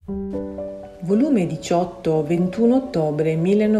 Volume 18, 21 ottobre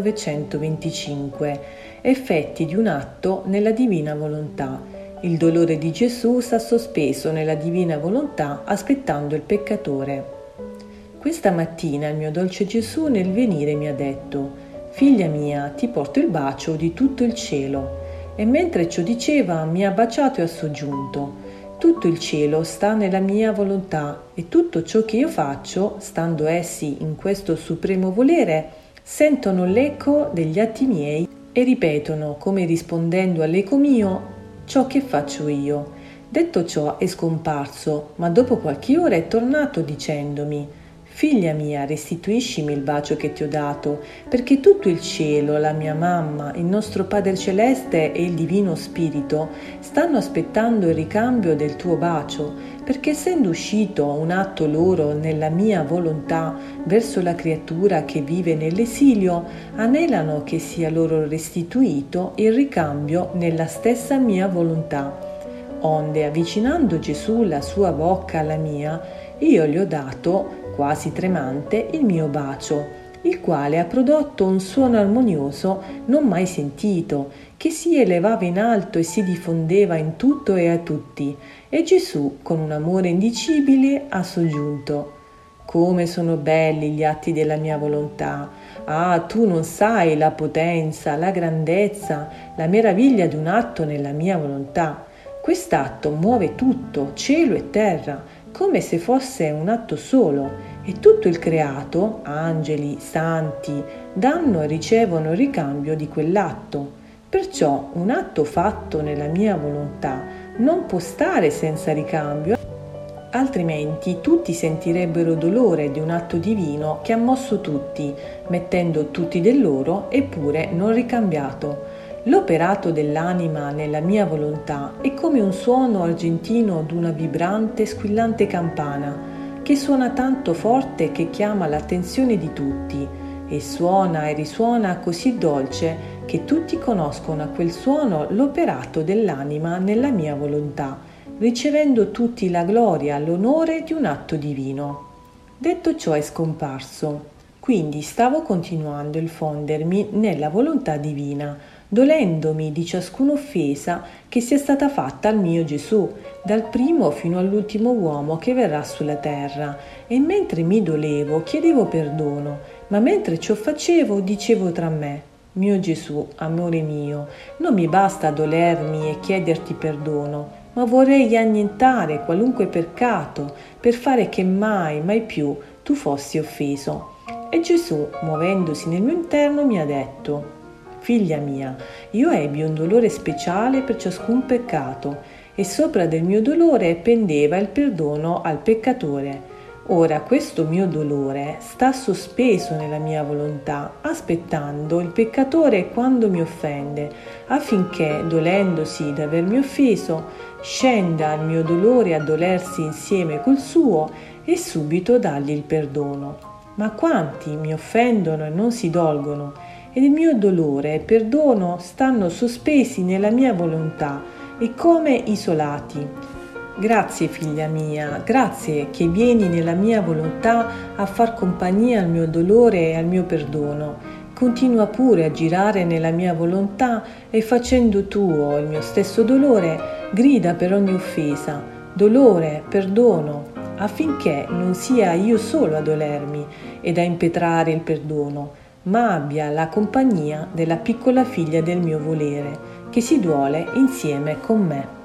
1925. Effetti di un atto nella divina volontà. Il dolore di Gesù sta sospeso nella divina volontà aspettando il peccatore. Questa mattina il mio dolce Gesù nel venire mi ha detto: «Figlia mia, ti porto il bacio di tutto il cielo». E mentre ciò diceva mi ha baciato e ha soggiunto: «Tutto il cielo sta nella mia volontà e tutto ciò che io faccio, stando essi in questo supremo volere, sentono l'eco degli atti miei e ripetono, come rispondendo all'eco mio, ciò che faccio io». Detto ciò è scomparso, ma dopo qualche ora è tornato dicendomi: «Figlia mia, restituiscimi il bacio che ti ho dato, perché tutto il cielo, la mia mamma, il nostro Padre Celeste e il Divino Spirito stanno aspettando il ricambio del tuo bacio, perché essendo uscito un atto loro nella mia volontà verso la creatura che vive nell'esilio, anelano che sia loro restituito il ricambio nella stessa mia volontà. Onde, avvicinando Gesù la sua bocca alla mia, io gli ho dato, quasi tremante, il mio bacio, il quale ha prodotto un suono armonioso non mai sentito, che si elevava in alto e si diffondeva in tutto e a tutti, e Gesù, con un amore indicibile, ha soggiunto: «Come sono belli gli atti della mia volontà! Ah, tu non sai la potenza, la grandezza, la meraviglia di un atto nella mia volontà. Quest'atto muove tutto, cielo e terra, come se fosse un atto solo, e tutto il creato, angeli, santi, danno e ricevono il ricambio di quell'atto. Perciò un atto fatto nella mia volontà non può stare senza ricambio, altrimenti tutti sentirebbero dolore di un atto divino che ha mosso tutti, mettendo tutti del loro, eppure non ricambiato. L'operato dell'anima nella mia volontà è come un suono argentino d'una vibrante, squillante campana, che suona tanto forte che chiama l'attenzione di tutti, e suona e risuona così dolce che tutti conoscono a quel suono l'operato dell'anima nella mia volontà, ricevendo tutti la gloria, l'onore di un atto divino». Detto ciò è scomparso. Quindi stavo continuando il fondermi nella volontà divina, dolendomi di ciascuna offesa che sia stata fatta al mio Gesù, dal primo fino all'ultimo uomo che verrà sulla terra, e mentre mi dolevo chiedevo perdono, ma mentre ciò facevo dicevo tra me: «Mio Gesù, amore mio, non mi basta dolermi e chiederti perdono, ma vorrei annientare qualunque peccato per fare che mai, mai più tu fossi offeso». E Gesù, muovendosi nel mio interno, mi ha detto: «Figlia mia, io ebbi un dolore speciale per ciascun peccato, e sopra del mio dolore pendeva il perdono al peccatore. Ora questo mio dolore sta sospeso nella mia volontà, aspettando il peccatore quando mi offende, affinché, dolendosi d'avermi offeso, scenda il mio dolore a dolersi insieme col suo e subito dargli il perdono. Ma quanti mi offendono e non si dolgono, ed il mio dolore e perdono stanno sospesi nella mia volontà e come isolati. Grazie, figlia mia, grazie che vieni nella mia volontà a far compagnia al mio dolore e al mio perdono. Continua pure a girare nella mia volontà e facendo tuo il mio stesso dolore, grida per ogni offesa: dolore, perdono, affinché non sia io solo a dolermi ed a impetrare il perdono, ma abbia la compagnia della piccola figlia del mio volere, che si duole insieme con me.